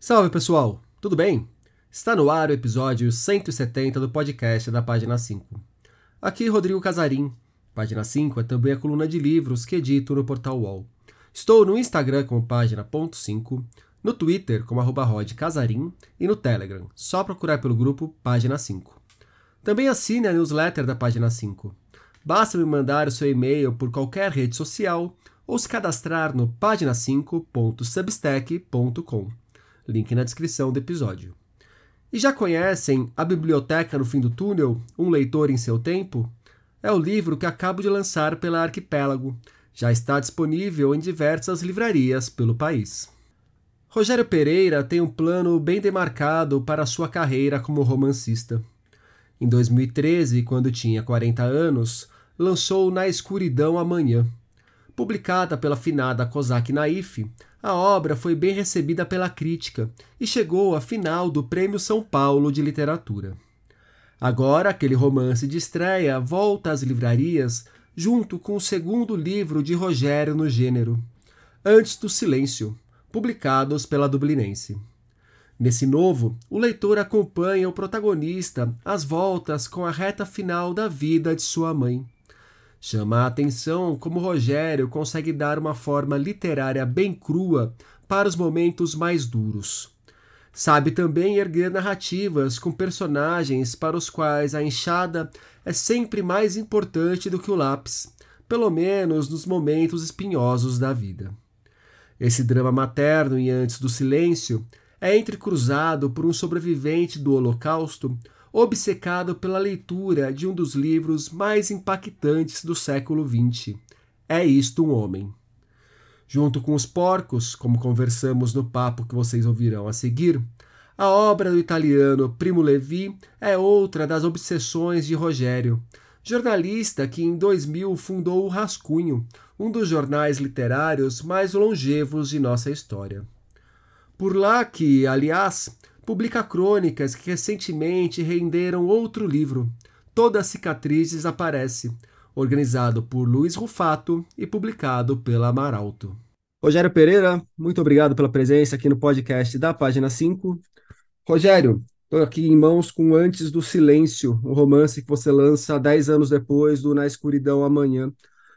Salve pessoal, tudo bem? Está no ar o episódio 170 do podcast da Página 5. Aqui Rodrigo Casarim. Página 5 é também a coluna de livros que edito no Portal UOL. Estou no Instagram como página.5, no Twitter como @rodcasarim e no Telegram, só procurar pelo grupo Página 5. Também assine a newsletter da Página 5. Basta me mandar o seu e-mail por qualquer rede social ou se cadastrar no pagina5.substack.com. Link na descrição do episódio. E já conhecem A Biblioteca no Fim do Túnel, Um Leitor em Seu Tempo? É o livro que acabo de lançar pela Arquipélago. Já está disponível em diversas livrarias pelo país. Rogério Pereira tem um plano bem demarcado para sua carreira como romancista. Em 2013, quando tinha 40 anos, lançou Na Escuridão Amanhã. Publicada pela finada Cosac Naif, a obra foi bem recebida pela crítica e chegou à final do Prêmio São Paulo de Literatura. Agora, aquele romance de estreia volta às livrarias junto com o segundo livro de Rogério no gênero, Antes do Silêncio, publicados pela Dublinense. Nesse novo, o leitor acompanha o protagonista às voltas com a reta final da vida de sua mãe. Chama a atenção como Rogério consegue dar uma forma literária bem crua para os momentos mais duros. Sabe também erguer narrativas com personagens para os quais a enxada é sempre mais importante do que o lápis, pelo menos nos momentos espinhosos da vida. Esse drama materno em Antes do Silêncio é entrecruzado por um sobrevivente do Holocausto obcecado pela leitura de um dos livros mais impactantes do século XX. É Isto um Homem. Junto com Os Porcos, como conversamos no papo que vocês ouvirão a seguir, a obra do italiano Primo Levi é outra das obsessões de Rogério, jornalista que em 2000 fundou o Rascunho, um dos jornais literários mais longevos de nossa história. Por lá que, aliás, publica crônicas que recentemente renderam outro livro, Toda Cicatriz Desaparece, organizado por Luiz Rufato e publicado pela Amaralto. Rogério Pereira, muito obrigado pela presença aqui no podcast da Página 5. Rogério, estou aqui em mãos com Antes do Silêncio, um romance que você lança 10 anos depois do Na Escuridão Amanhã.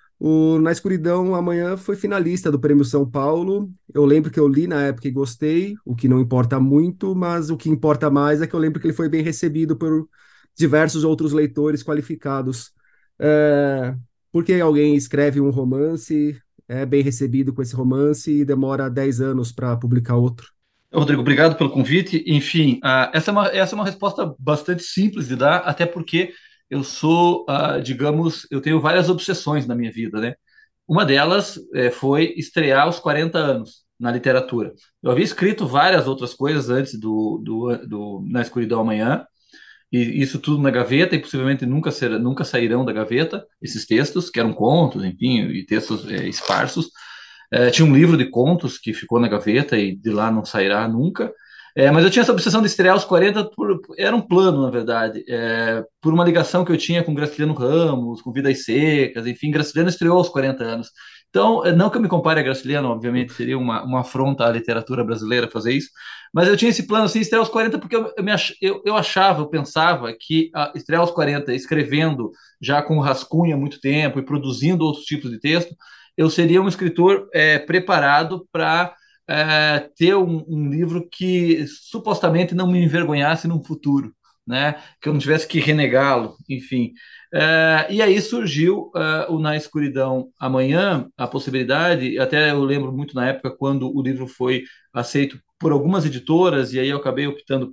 O Na Escuridão Amanhã foi finalista do Prêmio São Paulo. Eu lembro que eu li na época e gostei, o que não importa muito, mas o que importa mais é que eu lembro que ele foi bem recebido por diversos outros leitores qualificados. É, Porque alguém escreve um romance, é bem recebido com esse romance e demora 10 anos para publicar outro. Rodrigo, obrigado pelo convite. Enfim, essa é uma resposta bastante simples de dar, até porque eu sou, digamos, eu tenho várias obsessões na minha vida, né? Uma delas foi estrear aos 40 anos na literatura. Eu havia escrito várias outras coisas antes do Na Escuridão Amanhã, e isso tudo na gaveta, e possivelmente nunca sairão da gaveta, esses textos, que eram contos, enfim, e textos esparsos. Tinha um livro de contos que ficou na gaveta e de lá não sairá nunca. Mas eu tinha essa obsessão de estrear aos 40, era um plano, na verdade, por uma ligação que eu tinha com Graciliano Ramos, com Vidas Secas, enfim, Graciliano estreou aos 40 anos. Então, não que eu me compare a Graciliano, obviamente, seria uma afronta à literatura brasileira fazer isso, mas eu tinha esse plano assim, estrear aos 40, porque eu achava, eu pensava que estrear aos 40, escrevendo já com o rascunho há muito tempo e produzindo outros tipos de texto, eu seria um escritor preparado para ter um livro que supostamente não me envergonhasse no futuro, né? Que eu não tivesse que renegá-lo, enfim. E aí surgiu o Na Escuridão Amanhã, a possibilidade, até eu lembro muito na época quando o livro foi aceito por algumas editoras, e aí eu acabei optando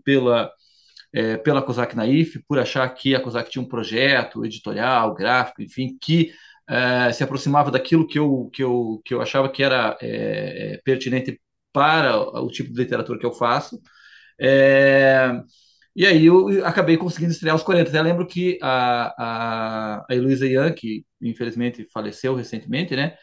pela Cosac Naif, por achar que a Cosac tinha um projeto editorial, gráfico, enfim, que se aproximava daquilo que eu achava que era pertinente para o tipo de literatura que eu faço. É, e aí eu acabei conseguindo estrear aos 40. Até lembro que a Heloísa Yan, que infelizmente faleceu recentemente, né?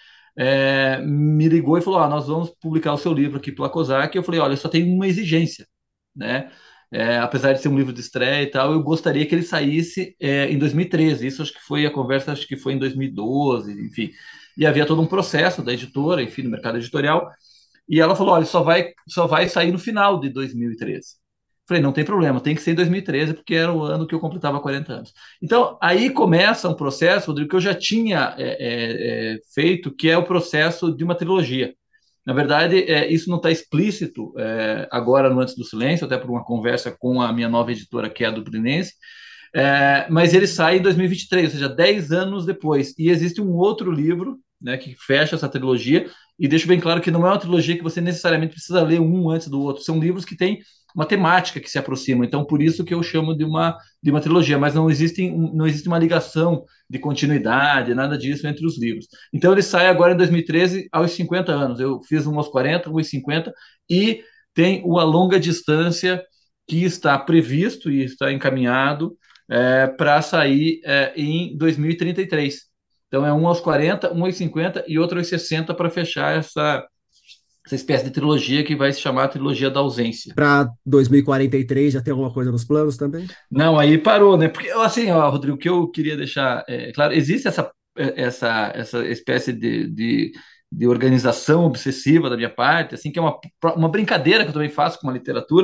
Me ligou e falou: nós vamos publicar o seu livro aqui pela Cosac. E eu falei: olha, eu só tenho uma exigência, né? Apesar de ser um livro de estreia e tal, eu gostaria que ele saísse em 2013. Isso acho que foi a conversa, acho que foi em 2012, enfim. E havia todo um processo da editora, enfim, do mercado editorial. E ela falou: olha, só vai sair no final de 2013. Falei: não tem problema, tem que ser em 2013, porque era o ano que eu completava 40 anos. Então, aí começa um processo, Rodrigo, que eu já tinha feito, que é o processo de uma trilogia. Na verdade, isso não está explícito agora no Antes do Silêncio, até por uma conversa com a minha nova editora, que é a Dublinense, mas ele sai em 2023, ou seja, 10 anos depois. E existe um outro livro, né, que fecha essa trilogia, e deixo bem claro que não é uma trilogia que você necessariamente precisa ler um antes do outro. São livros que têm uma temática que se aproxima. Então, por isso que eu chamo de uma trilogia, mas não existe uma ligação de continuidade, nada disso entre os livros. Então, ele sai agora em 2013, aos 50 anos. Eu fiz um aos 40, um aos 50, e tem o A Longa Distância, que está previsto e está encaminhado para sair em 2033. Então é um aos 40, um aos 50 e outro aos 60 para fechar essa espécie de trilogia que vai se chamar a trilogia da ausência. Para 2043 já tem alguma coisa nos planos também? Não, aí parou, né? Porque, assim, ó, Rodrigo, o que eu queria deixar claro, existe essa espécie de organização obsessiva da minha parte, assim, que é uma brincadeira que eu também faço com a literatura,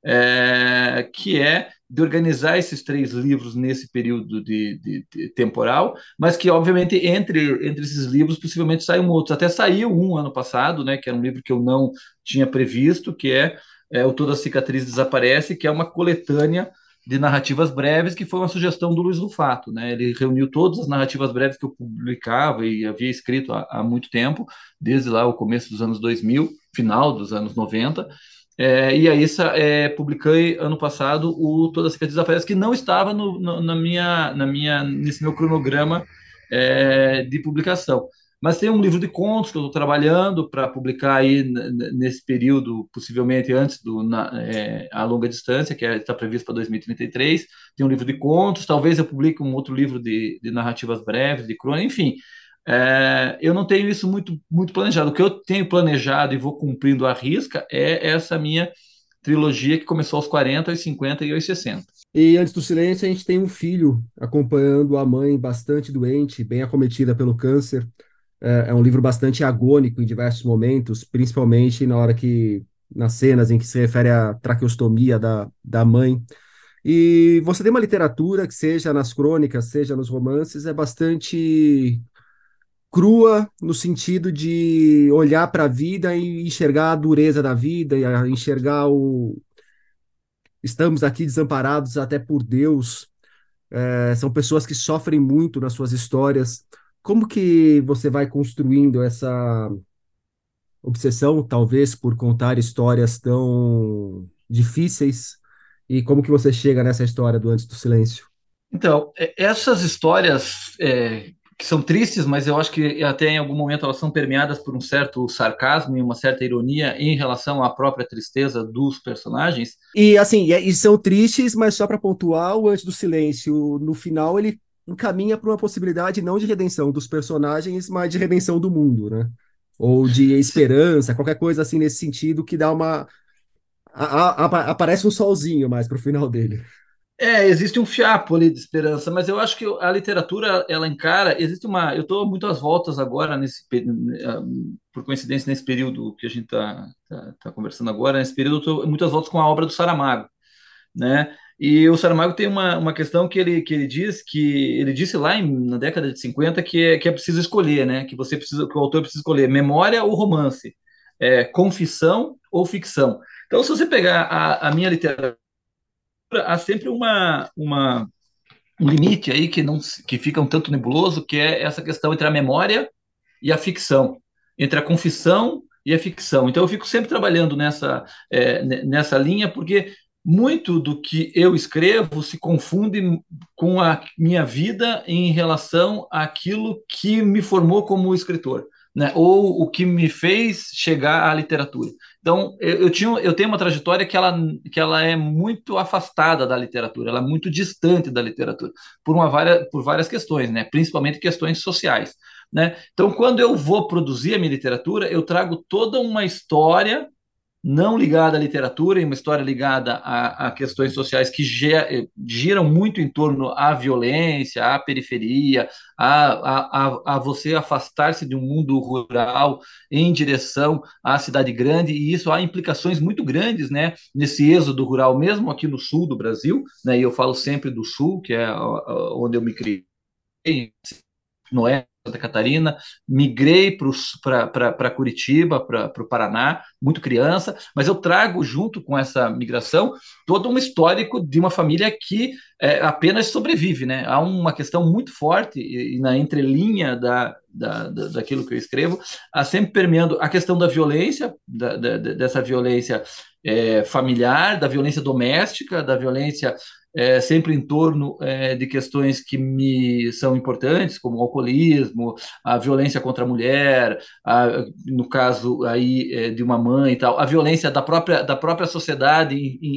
que é de organizar esses três livros nesse período de temporal, mas que, obviamente, entre esses livros, possivelmente saiam outros. Até saiu um ano passado, né, que era um livro que eu não tinha previsto, que é o Toda Cicatriz Desaparece, que é uma coletânea de narrativas breves, que foi uma sugestão do Luiz Rufato, né? Ele reuniu todas as narrativas breves que eu publicava e havia escrito há muito tempo, desde lá o começo dos anos 2000, final dos anos 90, e aí publiquei ano passado o Toda Cicatriz Desaparece, que não estava nesse meu cronograma de publicação. Mas tem um livro de contos que eu estou trabalhando para publicar aí nesse período, possivelmente antes A Longa Distância, que está previsto para 2033. Tem um livro de contos, talvez eu publique um outro livro de narrativas breves, de crônica, enfim. Eu não tenho isso muito, muito planejado. O que eu tenho planejado e vou cumprindo à risca é essa minha trilogia que começou aos 40, aos 50 e aos 60. E antes do silêncio, a gente tem um filho acompanhando a mãe bastante doente, bem acometida pelo câncer. É um livro bastante agônico em diversos momentos, principalmente nas cenas em que se refere à traqueostomia da mãe. E você tem uma literatura que, seja nas crônicas, seja nos romances, é bastante crua no sentido de olhar para a vida e enxergar a dureza da vida, e enxergar o. Estamos aqui desamparados até por Deus. São pessoas que sofrem muito nas suas histórias. Como que você vai construindo essa obsessão, talvez, por contar histórias tão difíceis? E como que você chega nessa história do Antes do Silêncio? Então, essas histórias que são tristes, mas eu acho que até em algum momento elas são permeadas por um certo sarcasmo e uma certa ironia em relação à própria tristeza dos personagens. E assim, e são tristes, mas só para pontuar, o Antes do Silêncio, no final, ele encaminha para uma possibilidade não de redenção dos personagens, mas de redenção do mundo, né? Ou de esperança, qualquer coisa assim nesse sentido que dá uma. Aparece um solzinho mais pro final dele. Existe um fiapo ali de esperança, mas eu acho que a literatura, ela encara, eu estou muito às voltas agora, por coincidência, nesse período que a gente tá conversando agora, nesse período eu estou muito às voltas com a obra do Saramago, né? E o Saramago tem uma questão que ele disse lá na década de 50 que é preciso escolher, né? Que o autor precisa escolher memória ou romance, confissão ou ficção. Então, se você pegar a minha literatura, há sempre um limite aí que fica um tanto nebuloso, que é essa questão entre a memória e a ficção, entre a confissão e a ficção. Então eu fico sempre trabalhando nessa linha, porque muito do que eu escrevo se confunde com a minha vida em relação àquilo que me formou como escritor, né? Ou o que me fez chegar à literatura. Então, eu tenho uma trajetória que ela é muito afastada da literatura, ela é muito distante da literatura, por várias questões, né? Principalmente questões sociais, né? Então, quando eu vou produzir a minha literatura, eu trago toda uma história não ligada à literatura, e uma história ligada a questões sociais que giram muito em torno à violência, à periferia, a você afastar-se de um mundo rural em direção à cidade grande, e isso há implicações muito grandes, né, nesse êxodo rural, mesmo aqui no sul do Brasil, né, e eu falo sempre do sul, que é onde eu me criei, no oeste de Santa Catarina, migrei para Curitiba, para o Paraná, muito criança, mas eu trago junto com essa migração todo um histórico de uma família que apenas sobrevive, né? Há uma questão muito forte e na entrelinha daquilo que eu escrevo, há sempre permeando a questão da violência, dessa violência familiar, da violência doméstica, da violência sempre em torno de questões que me são importantes, como o alcoolismo, a violência contra a mulher, no caso aí de uma mãe e tal, a violência da própria sociedade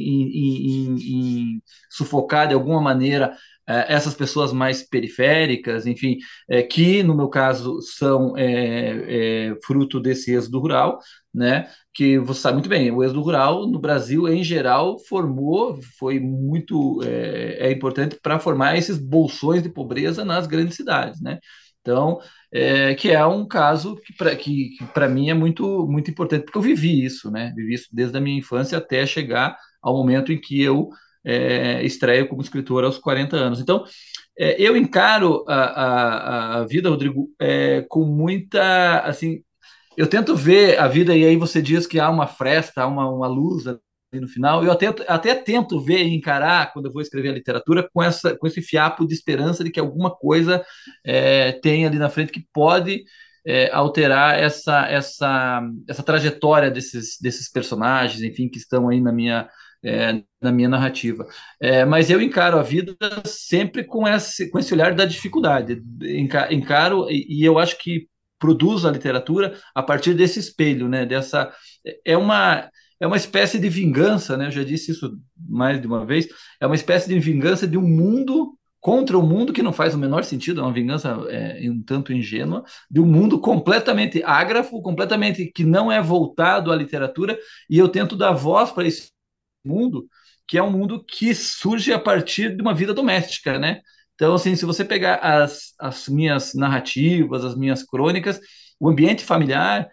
em sufocar de alguma maneira essas pessoas mais periféricas, enfim, que no meu caso são fruto desse êxodo rural, né? Que você sabe muito bem, o êxodo rural no Brasil, em geral, foi muito importante para formar esses bolsões de pobreza nas grandes cidades, né? Então, que é um caso que para mim é muito, muito importante, porque eu vivi isso, né? Vivi isso desde a minha infância até chegar ao momento em que eu estreio como escritor aos 40 anos. Então, eu encaro a vida, Rodrigo, com muita, assim, eu tento ver a vida, e aí você diz que há uma fresta, há uma luz ali no final. Eu até tento ver e encarar, quando eu vou escrever a literatura, com esse fiapo de esperança de que alguma coisa tem ali na frente que pode alterar essa trajetória desses personagens, enfim, que estão aí na minha narrativa. Mas eu encaro a vida sempre com esse olhar da dificuldade. Encaro, e eu acho que produz a literatura a partir desse espelho, né? É uma é uma espécie de vingança, né? Eu já disse isso mais de uma vez. É uma espécie de vingança de um mundo contra o mundo que não faz o menor sentido. É uma vingança um tanto ingênua de um mundo completamente ágrafo, completamente que não é voltado à literatura. E eu tento dar voz para esse mundo, que é um mundo que surge a partir de uma vida doméstica, né? Então, assim, se você pegar as minhas narrativas, as minhas crônicas, o ambiente familiar,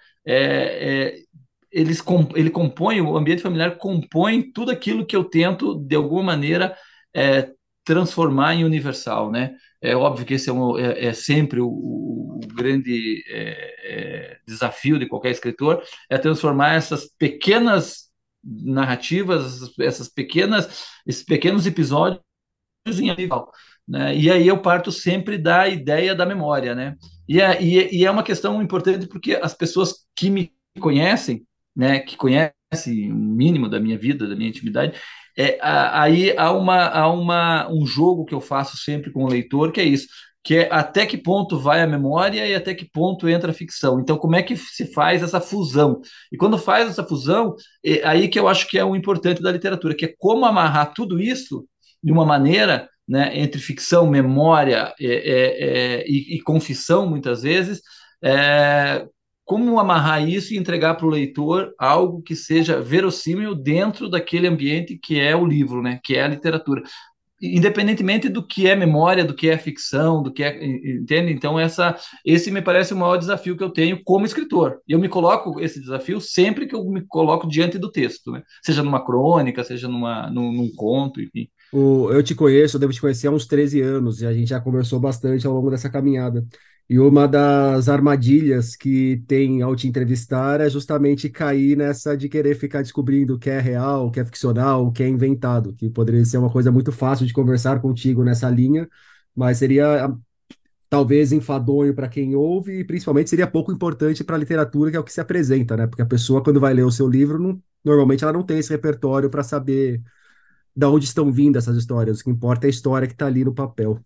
ele compõe, o ambiente familiar compõe tudo aquilo que eu tento, de alguma maneira, transformar em universal, né? É óbvio que esse é sempre o grande desafio de qualquer escritor, é transformar essas pequenas narrativas, esses pequenos episódios em animal, né? E aí eu parto sempre da ideia da memória, né? E é uma questão importante porque as pessoas que me conhecem, né, que conhecem o mínimo da minha vida, da minha intimidade, aí há um jogo que eu faço sempre com o leitor, que é isso, que é até que ponto vai a memória e até que ponto entra a ficção. Então, como é que se faz essa fusão? E quando faz essa fusão, aí que eu acho que é o importante da literatura, que é como amarrar tudo isso de uma maneira, né, entre ficção, memória e confissão, muitas vezes, como amarrar isso e entregar para o leitor algo que seja verossímil dentro daquele ambiente que é o livro, né, que é a literatura, independentemente do que é memória, do que é ficção, do que entende? Então esse me parece o maior desafio que eu tenho como escritor. E eu me coloco esse desafio sempre que eu me coloco diante do texto, né? Seja numa crônica, seja num conto, enfim. Eu te conheço, eu devo te conhecer há uns 13 anos, e a gente já conversou bastante ao longo dessa caminhada. E uma das armadilhas que tem ao te entrevistar é justamente cair nessa de querer ficar descobrindo o que é real, o que é ficcional, o que é inventado, que poderia ser uma coisa muito fácil de conversar contigo nessa linha, mas seria talvez enfadonho para quem ouve e principalmente seria pouco importante para a literatura, que é o que se apresenta, né? Porque a pessoa, quando vai ler o seu livro, normalmente ela não tem esse repertório para saber da onde estão vindo essas histórias. O que importa é a história que está ali no papel.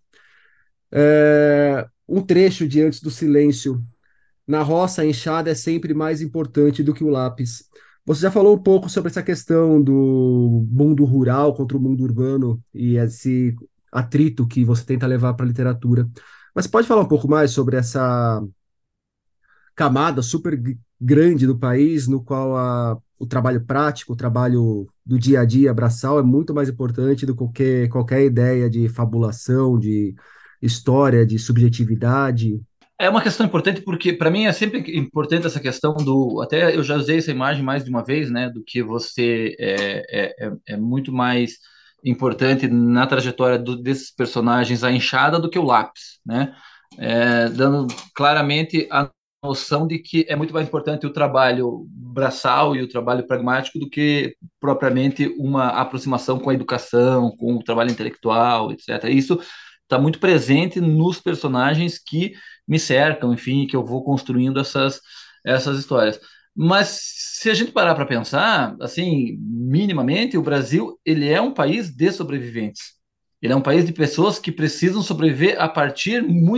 Um trecho de Antes do Silêncio. Na roça, a enxada é sempre mais importante do que o lápis. Você já falou um pouco sobre essa questão do mundo rural contra o mundo urbano e esse atrito que você tenta levar para a literatura. Mas pode falar um pouco mais sobre essa camada super grande do país, no qual o trabalho prático, o trabalho do dia a dia, braçal, é muito mais importante do que qualquer ideia de fabulação, de história, de subjetividade. É uma questão importante porque para mim é sempre importante essa questão do, até eu já usei essa imagem mais de uma vez, né, do que você é muito mais importante na trajetória desses personagens a enxada do que o lápis, né, dando claramente a noção de que é muito mais importante o trabalho braçal e o trabalho pragmático do que propriamente uma aproximação com a educação, com o trabalho intelectual, etc. Isso está muito presente nos personagens que me cercam, enfim, que eu vou construindo essas histórias. Mas se a gente parar para pensar, assim, minimamente, o Brasil, ele é um país de sobreviventes. Ele é um país de pessoas que precisam sobreviver a partir,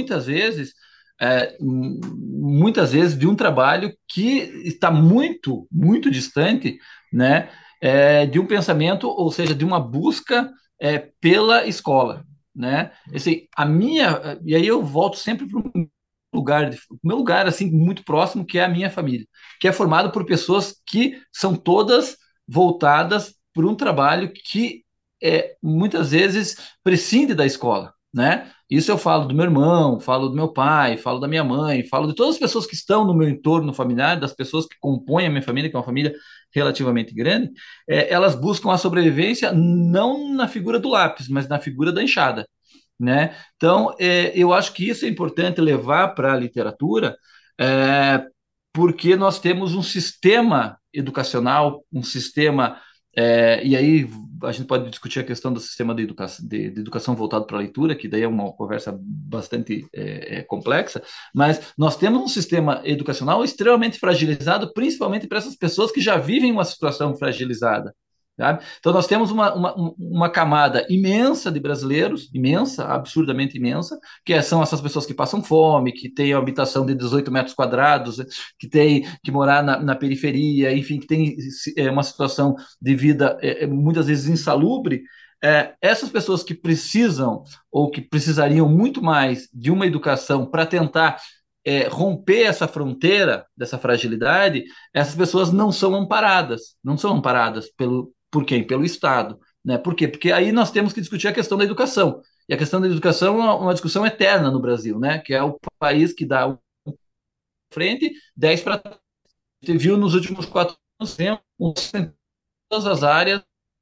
muitas vezes, de um trabalho que está muito, muito distante, né, de um pensamento, ou seja, de uma busca pela escola, né? Assim, e aí eu volto sempre para o meu lugar assim muito próximo, que é a minha família, que é formado por pessoas que são todas voltadas por um trabalho que muitas vezes prescinde da escola, né? Isso eu falo do meu irmão, falo do meu pai, falo da minha mãe, falo de todas as pessoas que estão no meu entorno familiar, das pessoas que compõem a minha família, que é uma família relativamente grande. Elas buscam a sobrevivência não na figura do lápis, mas na figura da enxada, né? Então, eu acho que isso é importante levar para a literatura, é, porque nós temos um sistema educacional, um sistema, e aí a gente pode discutir a questão do sistema de educação voltado para a leitura, que daí é uma conversa bastante complexa, mas nós temos um sistema educacional extremamente fragilizado, principalmente para essas pessoas que já vivem uma situação fragilizada. Sabe? Então, nós temos uma camada imensa de brasileiros, imensa, absurdamente imensa, são essas pessoas que passam fome, que têm uma habitação de 18 metros quadrados, que têm que morar na periferia, enfim, que tem uma situação de vida muitas vezes insalubre. Essas pessoas que precisam ou que precisariam muito mais de uma educação para tentar romper essa fronteira dessa fragilidade, essas pessoas não são amparadas por quem? Pelo Estado. Né? Por quê? Porque aí nós temos que discutir a questão da educação. E a questão da educação é uma discussão eterna no Brasil, né? Que é o país que dá um frente, 10 para trás. A gente viu nos últimos 4 anos em todas as áreas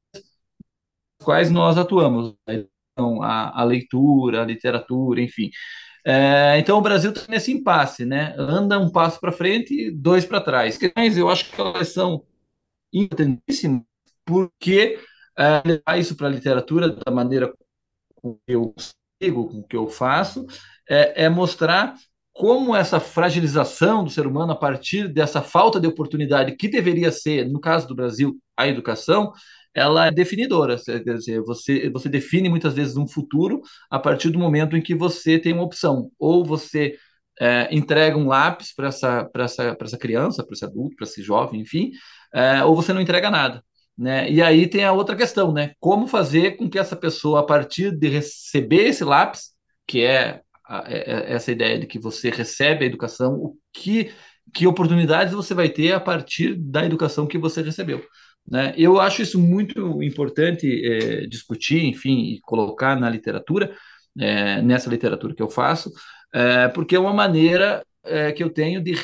nas quais nós atuamos. Então, a leitura, a literatura, enfim. Então o Brasil está nesse impasse, né? Anda um passo para frente e dois para trás. Mas eu acho que elas são importantíssimas porque levar isso para a literatura da maneira com que eu sigo, com que eu faço, mostrar como essa fragilização do ser humano a partir dessa falta de oportunidade que deveria ser, no caso do Brasil, a educação, ela é definidora. Quer dizer, você define muitas vezes um futuro a partir do momento em que você tem uma opção. Ou você entrega um lápis para essa criança, para esse adulto, para esse jovem, enfim, ou você não entrega nada. Né? E aí tem a outra questão, né? Como fazer com que essa pessoa, a partir de receber esse lápis, que essa ideia de que você recebe a educação, que oportunidades você vai ter a partir da educação que você recebeu. Né? Eu acho isso muito importante discutir, enfim, e colocar na literatura, nessa literatura que eu faço, porque é uma maneira que eu tenho de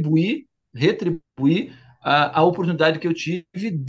retribuir a oportunidade que eu tive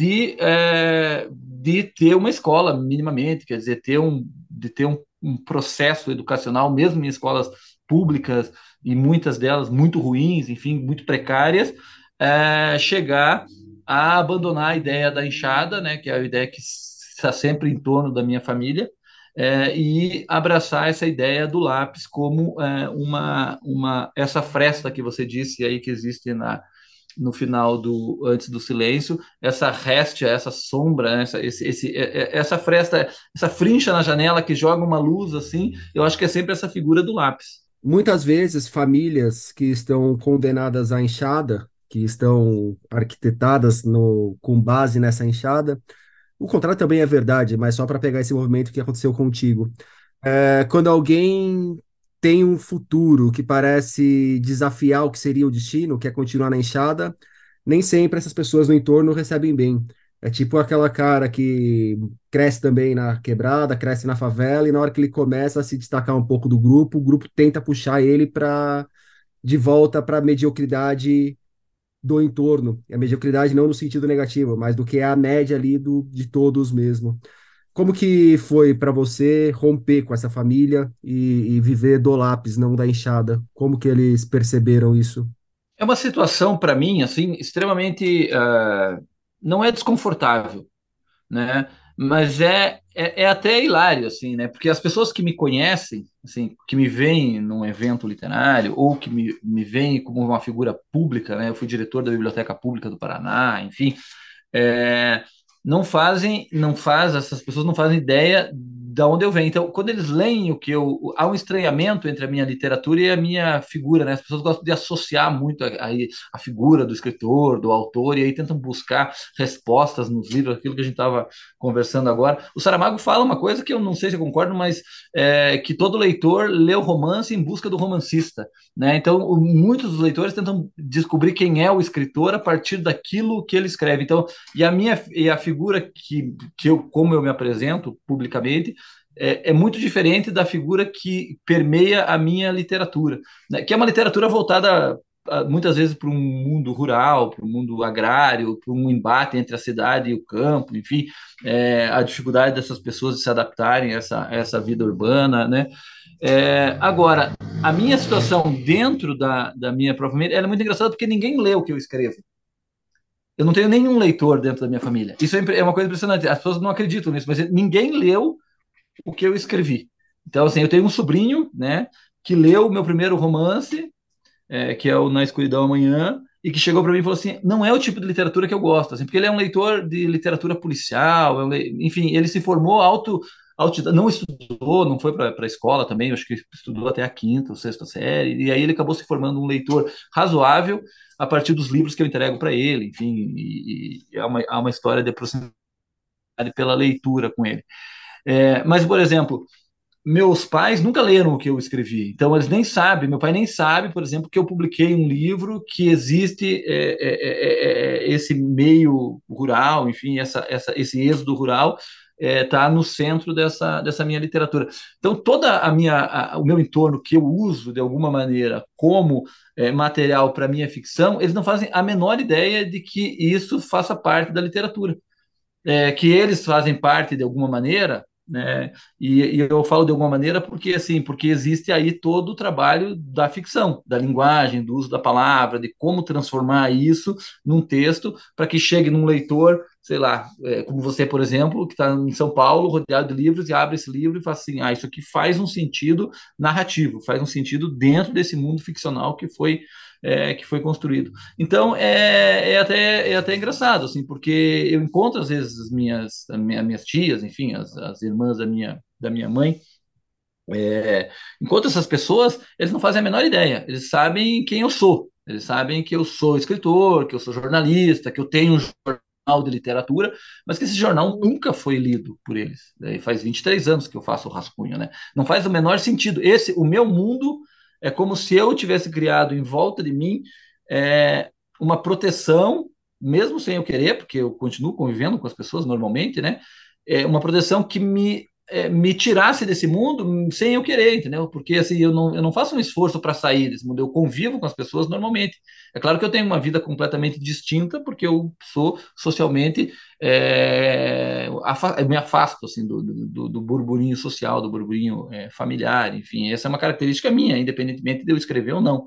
de ter uma escola, minimamente, quer dizer, de ter um processo educacional, mesmo em escolas públicas, e muitas delas muito ruins, enfim, muito precárias, chegar a abandonar a ideia da enxada, né, que é a ideia que está sempre em torno da minha família, e abraçar essa ideia do lápis como essa fresta que você disse aí que existe no final antes do silêncio, essa réstia, essa sombra, né, essa fresta, essa frincha na janela que joga uma luz assim, eu acho que é sempre essa figura do lápis. Muitas vezes, famílias que estão condenadas à enxada, que estão arquitetadas com base nessa enxada, o contrário também é verdade, mas só para pegar esse movimento que aconteceu contigo. Quando alguém tem um futuro que parece desafiar o que seria o destino, que é continuar na enxada, nem sempre essas pessoas no entorno recebem bem. É tipo aquela cara que cresce também na quebrada, cresce na favela, e na hora que ele começa a se destacar um pouco do grupo, o grupo tenta puxar ele para de volta para a mediocridade do entorno. E a mediocridade não no sentido negativo, mas do que é a média ali de todos mesmo. Como que foi para você romper com essa família e viver do lápis, não da enxada? Como que eles perceberam isso? É uma situação, para mim, assim, extremamente. Não é desconfortável, né? Mas é até hilário, assim, né? Porque as pessoas que me conhecem, assim, que me veem num evento literário ou que me veem como uma figura pública, né? Eu fui diretor da Biblioteca Pública do Paraná, enfim, é, essas pessoas não fazem ideia de onde eu venho. Então, quando eles leem o que eu, há um estranhamento entre a minha literatura e a minha figura, né? As pessoas gostam de associar muito a figura do escritor, do autor, e aí tentam buscar respostas nos livros, aquilo que a gente estava conversando agora. O Saramago fala uma coisa que eu não sei se eu concordo, mas que todo leitor lê o romance em busca do romancista, né? Então, muitos dos leitores tentam descobrir quem é o escritor a partir daquilo que ele escreve. Então, e a figura que eu, como eu me apresento publicamente, é muito diferente da figura que permeia a minha literatura, né? Que é uma literatura voltada muitas vezes para um mundo rural, para um mundo agrário, para um embate entre a cidade e o campo, enfim, a dificuldade dessas pessoas de se adaptarem a essa vida urbana, né? Agora, a minha situação dentro da minha própria família ela é muito engraçada porque ninguém lê o que eu escrevo. Eu não tenho nenhum leitor dentro da minha família. Isso é uma coisa impressionante. As pessoas não acreditam nisso, mas ninguém leu o que eu escrevi. Então, assim, eu tenho um sobrinho, né, que leu o meu primeiro romance, que é o Na Escuridão Amanhã, e que chegou para mim e falou assim: não é o tipo de literatura que eu gosto, assim, porque ele é um leitor de literatura policial, enfim, ele se formou não estudou, não foi para a escola também, eu acho que estudou até a quinta ou sexta série, e aí ele acabou se formando um leitor razoável a partir dos livros que eu entrego para ele, enfim, e há uma história de proximidade pela leitura com ele. Mas, por exemplo, meus pais nunca leram o que eu escrevi, então eles nem sabem. Meu pai nem sabe, por exemplo, que eu publiquei um livro que existe esse meio rural, enfim, esse êxodo rural está no centro dessa minha literatura. Então, toda o meu entorno que eu uso de alguma maneira como material para minha ficção, eles não fazem a menor ideia de que isso faça parte da literatura, que eles fazem parte de alguma maneira, né? E eu falo de alguma maneira porque assim, porque existe aí todo o trabalho da ficção, da linguagem, do uso da palavra, de como transformar isso num texto para que chegue num leitor, sei lá, como você, por exemplo, que está em São Paulo, rodeado de livros e abre esse livro e fala assim, isso aqui faz um sentido narrativo, faz um sentido dentro desse mundo ficcional que foi construído. Então é até engraçado, assim, porque eu encontro às vezes minhas tias, enfim, as irmãs da minha mãe, enquanto essas pessoas, eles não fazem a menor ideia, eles sabem quem eu sou, eles sabem que eu sou escritor, que eu sou jornalista, que eu tenho um jornal de literatura, mas que esse jornal nunca foi lido por eles. Faz 23 anos que eu faço o rascunho, né? Não faz o menor sentido. O meu mundo é como se eu tivesse criado em volta de mim uma proteção, mesmo sem eu querer, porque eu continuo convivendo com as pessoas normalmente, né? Uma proteção que me tirasse desse mundo sem eu querer, entendeu? Porque assim, eu não faço um esforço para sair desse mundo, eu convivo com as pessoas normalmente. É claro que eu tenho uma vida completamente distinta, porque eu sou socialmente, eu me afasto assim, do burburinho social, do burburinho familiar, enfim, essa é uma característica minha, independentemente de eu escrever ou não.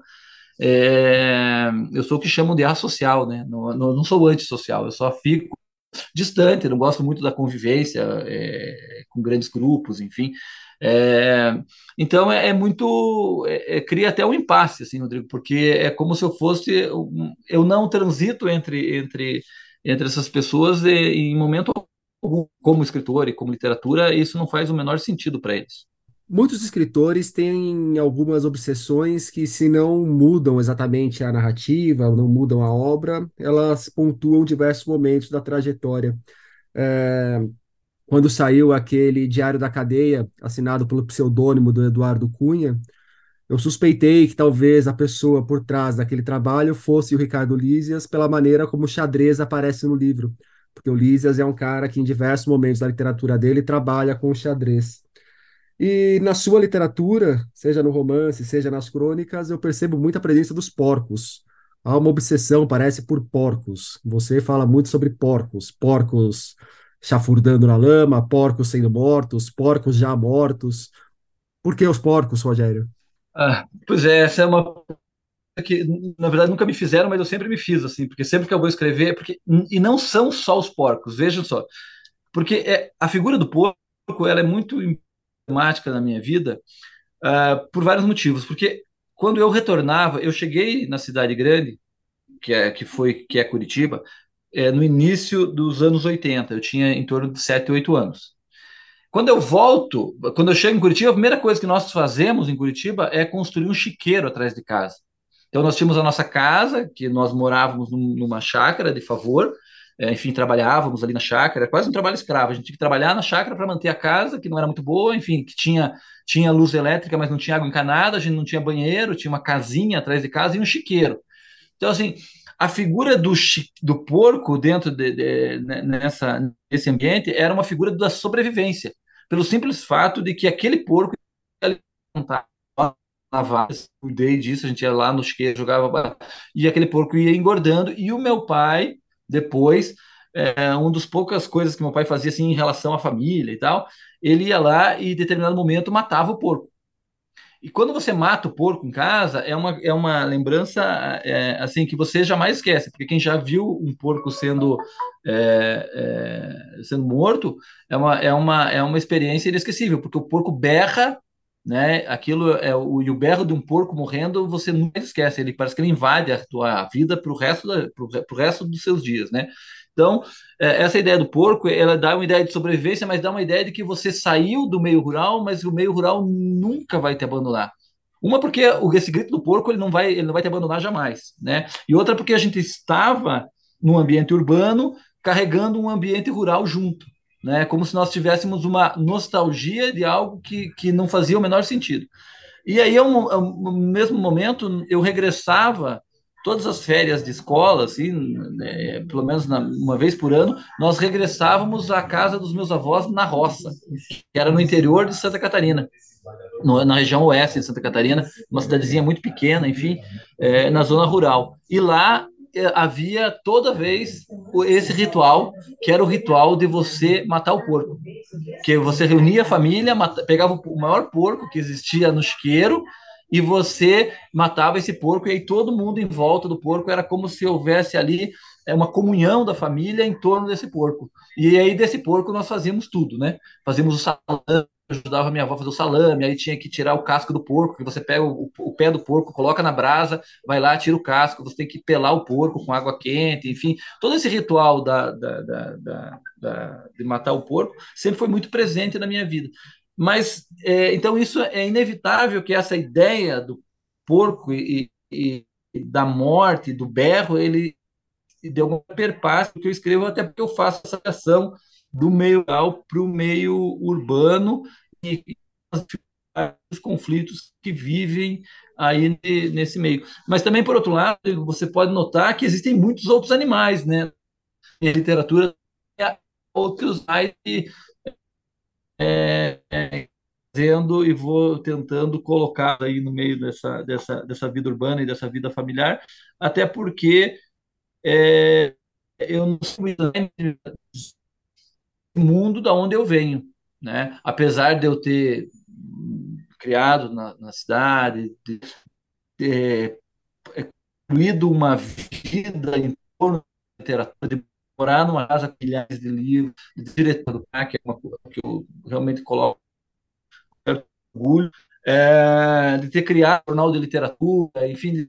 Eu sou o que chamam de associal, né? Não sou antissocial, eu só fico distante, não gosto muito da convivência com grandes grupos, enfim. É, então é muito cria até um impasse, assim, Rodrigo, porque é como se eu fosse eu não transito entre essas pessoas em momento algum, como escritor e como literatura, isso não faz o menor sentido para eles. Muitos escritores têm algumas obsessões que, se não mudam exatamente a narrativa, não mudam a obra, elas pontuam diversos momentos da trajetória. É, quando saiu aquele Diário da Cadeia, assinado pelo pseudônimo do Eduardo Cunha, Eu suspeitei que talvez a pessoa por trás daquele trabalho fosse o Ricardo Lísias, pela maneira como o xadrez aparece no livro, porque o Lísias é um cara que, em diversos momentos da literatura dele, trabalha com o xadrez. E na sua literatura, seja no romance, seja nas crônicas, eu percebo muita presença dos porcos. Há uma obsessão, parece, por porcos. Você fala muito sobre porcos, porcos chafurdando na lama, porcos sendo mortos, porcos já mortos. Por que os porcos, Rogério? Pois é, essa é uma coisa que, na verdade, nunca me fizeram, mas eu sempre me fiz, assim, porque sempre que eu vou escrever, e não são só os porcos, vejam só, porque a figura do porco, ela é muito emblemática na minha vida, por vários motivos, porque quando eu retornava, eu cheguei na cidade grande, que é Curitiba, no início dos anos 80. Eu tinha em torno de 7, 8 anos. Quando eu chego em Curitiba, a primeira coisa que nós fazemos em Curitiba é construir um chiqueiro atrás de casa. Então, nós tínhamos a nossa casa, que nós morávamos numa chácara de favor, enfim, trabalhávamos ali na chácara, era quase um trabalho escravo. A gente tinha que trabalhar na chácara para manter a casa, que não era muito boa, enfim, que tinha luz elétrica, mas não tinha água encanada, a gente não tinha banheiro, tinha uma casinha atrás de casa e um chiqueiro. Então, assim, a figura do porco dentro nesse ambiente era uma figura da sobrevivência, pelo simples fato de que aquele porco ele não estava lavado. Cuidei disso, a gente ia lá no chiqueiro, jogava, e aquele porco ia engordando, e o meu pai, depois, uma das poucas coisas que meu pai fazia assim em relação à família e tal, ele ia lá e, em determinado momento, matava o porco. E quando você mata o porco em casa, é uma lembrança assim que você jamais esquece, porque quem já viu um porco sendo morto é uma experiência inesquecível, porque o porco berra, né? Aquilo e o berro de um porco morrendo você nunca esquece. Ele parece que ele invade a tua vida pro resto dos seus dias, né? Então, essa ideia do porco, ela dá uma ideia de sobrevivência, mas dá uma ideia de que você saiu do meio rural, mas o meio rural nunca vai te abandonar. Uma porque esse grito do porco ele não vai te abandonar jamais, né? E outra porque a gente estava no ambiente urbano carregando um ambiente rural junto, né? Como se nós tivéssemos uma nostalgia de algo que não fazia o menor sentido. E aí, ao mesmo momento, eu regressava todas as férias de escola, assim, né, pelo menos uma vez por ano, nós regressávamos à casa dos meus avós na roça, que era no interior de Santa Catarina, na região oeste de Santa Catarina, uma cidadezinha muito pequena, enfim, na zona rural. E lá havia toda vez esse ritual, que era o ritual de você matar o porco, que você reunia a família, pegava o maior porco que existia no chiqueiro e você matava esse porco, e aí todo mundo em volta do porco era como se houvesse ali uma comunhão da família em torno desse porco. E aí desse porco nós fazíamos tudo, né? Fazíamos o salame, ajudava minha avó a fazer o salame, aí tinha que tirar o casco do porco, que você pega o pé do porco, coloca na brasa, vai lá, tira o casco, você tem que pelar o porco com água quente, enfim, todo esse ritual de matar o porco sempre foi muito presente na minha vida. Mas, então, isso é inevitável que essa ideia do porco e da morte, do berro, ele de alguma perpassa que eu escrevo, até porque eu faço essa ligação do meio rural para o meio urbano e os conflitos que vivem aí nesse meio. Mas também, por outro lado, você pode notar que existem muitos outros animais, né? Em literatura, outros mais fazendo e vou tentando colocar aí no meio dessa vida urbana e dessa vida familiar, até porque eu não sou mundo da onde eu venho, né? Apesar de eu ter criado na cidade, de ter construído uma vida em torno da literatura, de morar numa casa com milhares de livros, de diretor do CAC, que é uma coisa que eu realmente coloco certo orgulho, de ter criado um jornal de literatura, enfim, de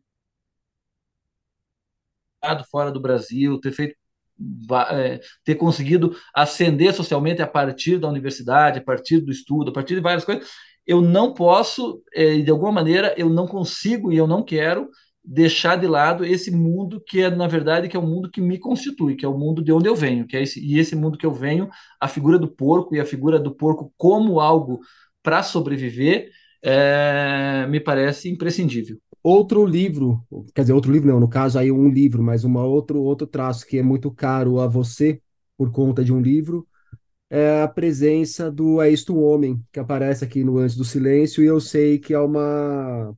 ter fora do Brasil, ter conseguido ascender socialmente a partir da universidade, a partir do estudo, a partir de várias coisas, eu não posso, de alguma maneira, eu não consigo e eu não quero deixar de lado esse mundo que é, na verdade, que é o mundo que me constitui, que é o mundo de onde eu venho, e esse mundo que eu venho, a figura do porco e a figura do porco como algo para sobreviver, me parece imprescindível. Outro livro, quer dizer, outro livro não, no caso aí um livro, mas outro traço que é muito caro a você por conta de um livro, é a presença do É Isto um Homem, que aparece aqui no Antes do Silêncio, e eu sei que é uma.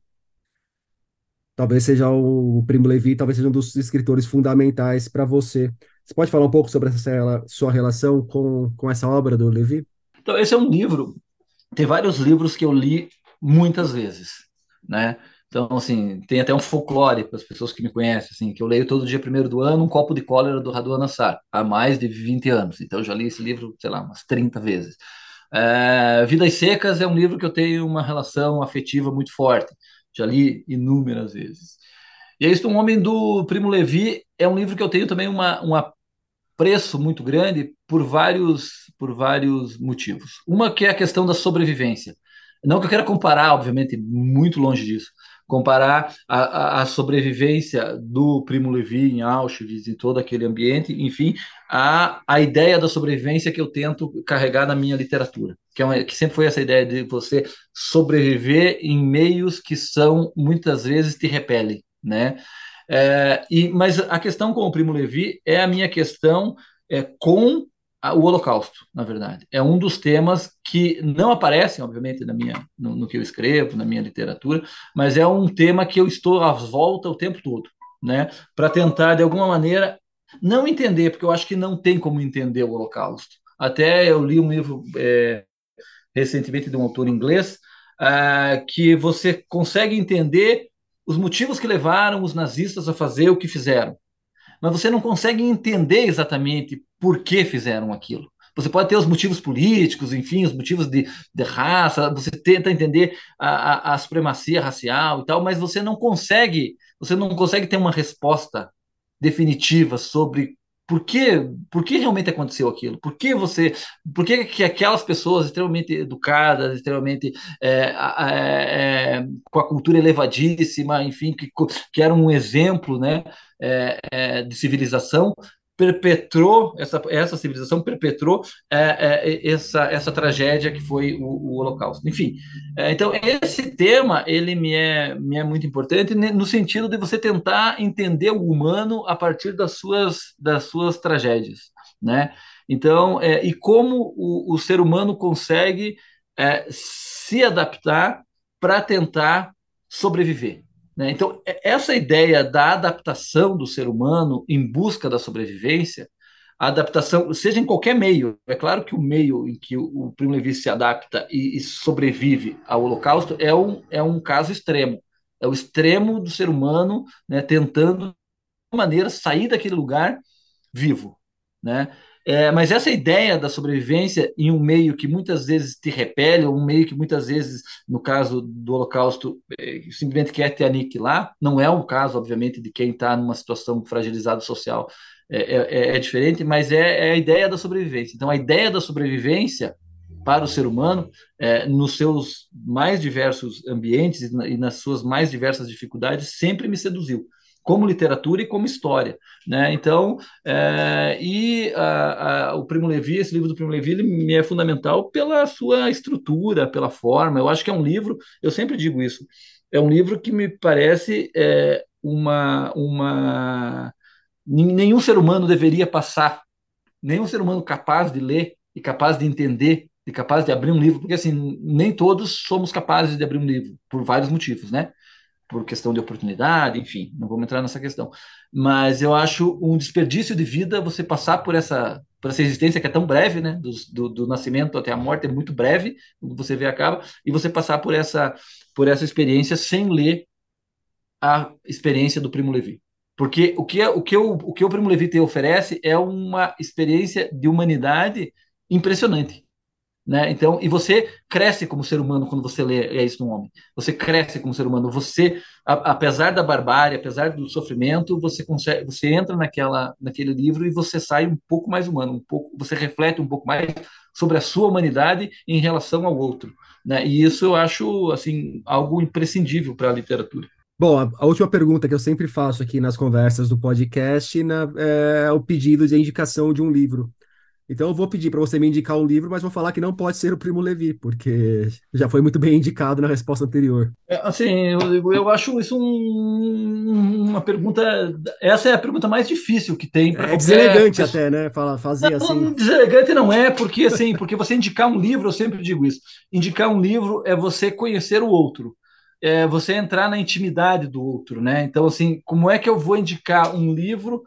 Talvez seja o Primo Levi, talvez seja um dos escritores fundamentais para você. Você pode falar um pouco sobre sua relação com essa obra do Levi? Então, esse é um livro. Tem vários livros que eu li muitas vezes, né? Então, assim, tem até um folclore para as pessoas que me conhecem, assim, que eu leio todo dia primeiro do ano Um Copo de Cólera do Raduan Nassar, há mais de 20 anos. Então, eu já li esse livro, sei lá, umas 30 vezes. Vidas Secas é um livro que eu tenho uma relação afetiva muito forte. Já li inúmeras vezes. E é isso, Um Homem do Primo Levi é um livro que eu tenho também um apreço muito grande por vários motivos. Uma que é a questão da sobrevivência. Não que eu queira comparar, obviamente, muito longe disso, comparar a sobrevivência do Primo Levi em Auschwitz e todo aquele ambiente, enfim, a ideia da sobrevivência que eu tento carregar na minha literatura, que sempre foi essa ideia de você sobreviver em meios que são, muitas vezes, te repelem, né? Mas a questão com o Primo Levi é a minha questão com o Holocausto, na verdade. É um dos temas que não aparecem, obviamente, no que eu escrevo, na minha literatura, mas é um tema que eu estou à volta o tempo todo, né? Para tentar, de alguma maneira, não entender, porque eu acho que não tem como entender o Holocausto. Até eu li um livro recentemente de um autor inglês que você consegue entender os motivos que levaram os nazistas a fazer o que fizeram, mas você não consegue entender exatamente por que fizeram aquilo. Você pode ter os motivos políticos, enfim, os motivos de raça, você tenta entender a supremacia racial e tal, mas você não consegue ter uma resposta definitiva sobre por que realmente aconteceu aquilo? Por que aquelas pessoas extremamente educadas, extremamente com a cultura elevadíssima, enfim, que eram um exemplo, né, de civilização, essa civilização perpetrou essa tragédia que foi o Holocausto. Enfim, então esse tema ele me é muito importante no sentido de você tentar entender o humano a partir das suas tragédias, né? Então, e como o ser humano consegue se adaptar para tentar sobreviver. Né? Então, essa ideia da adaptação do ser humano em busca da sobrevivência, a adaptação, seja em qualquer meio, é claro que o meio em que o Primo Levi se adapta e sobrevive ao Holocausto é um caso extremo. É o extremo do ser humano, né, tentando, de maneira, sair daquele lugar vivo, né? Mas essa ideia da sobrevivência em um meio que muitas vezes te repele, ou um meio que muitas vezes, no caso do Holocausto, simplesmente quer te aniquilar, não é um caso, obviamente, de quem está numa situação fragilizada social, é diferente, mas é a ideia da sobrevivência. Então, a ideia da sobrevivência para o ser humano, nos seus mais diversos ambientes e nas suas mais diversas dificuldades, sempre me seduziu como literatura e como história, né? Então, o Primo Levi, esse livro do Primo Levi, ele me é fundamental pela sua estrutura, pela forma. Eu acho que é um livro, eu sempre digo isso, é um livro que me parece nenhum ser humano deveria passar, nenhum ser humano capaz de ler e capaz de entender e capaz de abrir um livro, porque assim, nem todos somos capazes de abrir um livro, por vários motivos, né? Por questão de oportunidade, enfim, não vamos entrar nessa questão. Mas eu acho um desperdício de vida você passar por essa existência que é tão breve, né? Do nascimento até a morte é muito breve, quando você vê acaba, e você passar por essa experiência sem ler a experiência do Primo Levi. Porque o que o Primo Levi te oferece é uma experiência de humanidade impressionante, né? Então, e você cresce como ser humano quando você lê É Isso no Homem. Você cresce como ser humano. Apesar da barbárie, apesar do sofrimento, você entra naquele livro e você sai um pouco mais humano, você reflete um pouco mais sobre a sua humanidade em relação ao outro, né? E isso eu acho assim algo imprescindível para a literatura. Bom, a última pergunta que eu sempre faço aqui nas conversas do podcast é o pedido de indicação de um livro. Então eu vou pedir para você me indicar um livro, mas vou falar que não pode ser o Primo Levi, porque já foi muito bem indicado na resposta anterior. Assim, eu acho isso uma pergunta. Essa é a pergunta mais difícil que tem para É qualquer deselegante pessoa. até, né? Fazer assim. Deselegante não é, porque assim, porque você indicar um livro, eu sempre digo isso. Indicar um livro é você conhecer o outro, é você entrar na intimidade do outro, né? Então, assim, como é que eu vou indicar um livro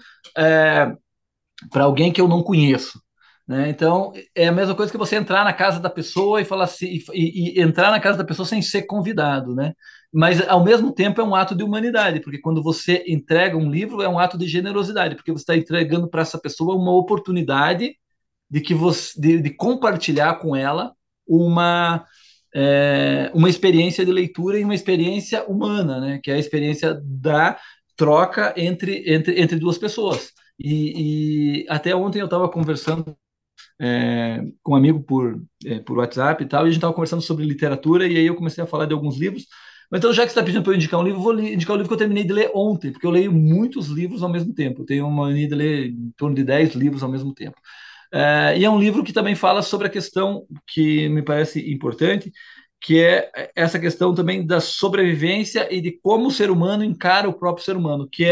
para alguém que eu não conheço? Né? Então, é a mesma coisa que você entrar na casa da pessoa e falar assim, e entrar na casa da pessoa sem ser convidado, né? Mas ao mesmo tempo é um ato de humanidade, porque quando você entrega um livro é um ato de generosidade, porque você está entregando para essa pessoa uma oportunidade de que você de compartilhar com ela uma uma experiência de leitura e uma experiência humana, né? Que é a experiência da troca entre duas pessoas. E até ontem eu estava conversando com um amigo por WhatsApp e tal, e a gente estava conversando sobre literatura, e aí eu comecei a falar de alguns livros. Mas então, já que você está pedindo para eu indicar um livro, eu vou indicar o livro que eu terminei de ler ontem, porque eu leio muitos livros ao mesmo tempo. Eu tenho uma mania de ler em torno de 10 livros ao mesmo tempo. E é um livro que também fala sobre a questão que me parece importante, que é essa questão também da sobrevivência e de como o ser humano encara o próprio ser humano, que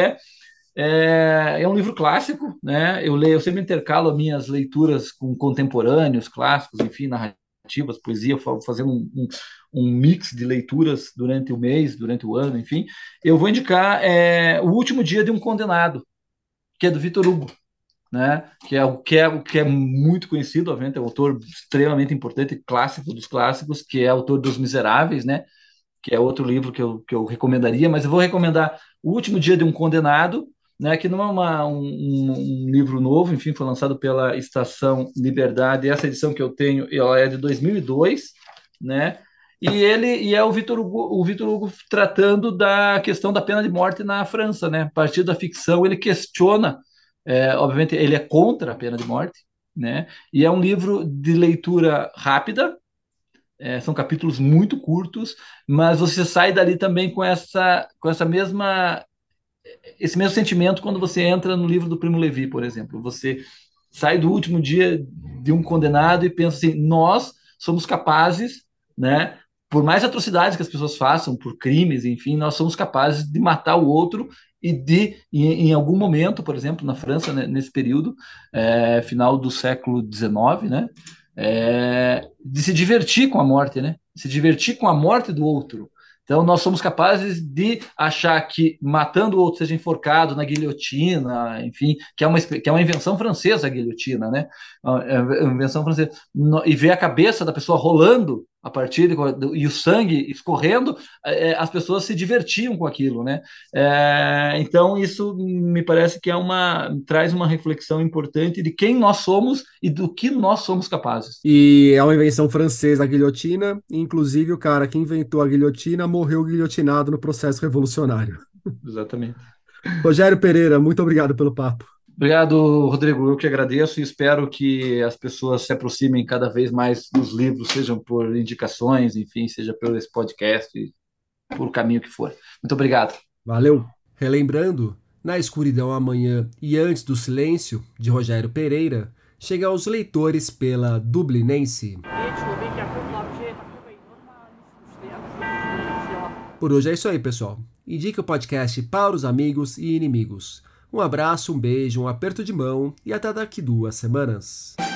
é um livro clássico, né? Eu sempre intercalo minhas leituras com contemporâneos, clássicos, enfim, narrativas, poesia, fazendo um mix de leituras durante o mês, durante o ano, enfim. Eu vou indicar O Último Dia de um Condenado, que é do Victor Hugo, né? Que é muito conhecido, obviamente, é um autor extremamente importante, clássico dos clássicos, que é autor dos Miseráveis, né? Que é outro livro que eu recomendaria, mas eu vou recomendar O Último Dia de um Condenado, né? Que não é um livro novo, enfim, foi lançado pela Estação Liberdade. Essa edição que eu tenho, ela é de 2002, né? E é o Victor Hugo tratando da questão da pena de morte na França, né? A partir da ficção, ele questiona, obviamente, ele é contra a pena de morte, né? E é um livro de leitura rápida, são capítulos muito curtos, mas você sai dali também com essa esse mesmo sentimento quando você entra no livro do Primo Levi, por exemplo. Você sai do último dia de um condenado e pensa assim: nós somos capazes, né? Por mais atrocidades que as pessoas façam, por crimes, enfim, nós somos capazes de matar o outro e em algum momento, por exemplo, na França, né, nesse período, final do século XIX, né? De se divertir com a morte, né? Se divertir com a morte do outro. Então, nós somos capazes de achar que matando o outro, seja enforcado na guilhotina, enfim, que é uma invenção francesa, a guilhotina, né? É uma invenção francesa. E ver a cabeça da pessoa rolando a partir e o sangue escorrendo, as pessoas se divertiam com aquilo, né? Então, isso me parece que traz uma reflexão importante de quem nós somos e do que nós somos capazes. E é uma invenção francesa, a guilhotina. Inclusive, o cara que inventou a guilhotina morreu guilhotinado no processo revolucionário. Exatamente. Rogério Pereira, muito obrigado pelo papo. Obrigado, Rodrigo. Eu que agradeço e espero que as pessoas se aproximem cada vez mais dos livros, sejam por indicações, enfim, seja pelo esse podcast, por o caminho que for. Muito obrigado. Valeu! Relembrando, Na Escuridão Amanhã e Antes do Silêncio, de Rogério Pereira, chega aos leitores pela Dublinense. Por hoje é isso aí, pessoal. Indique o podcast para os amigos e inimigos. Um abraço, um beijo, um aperto de mão e até daqui 2 semanas.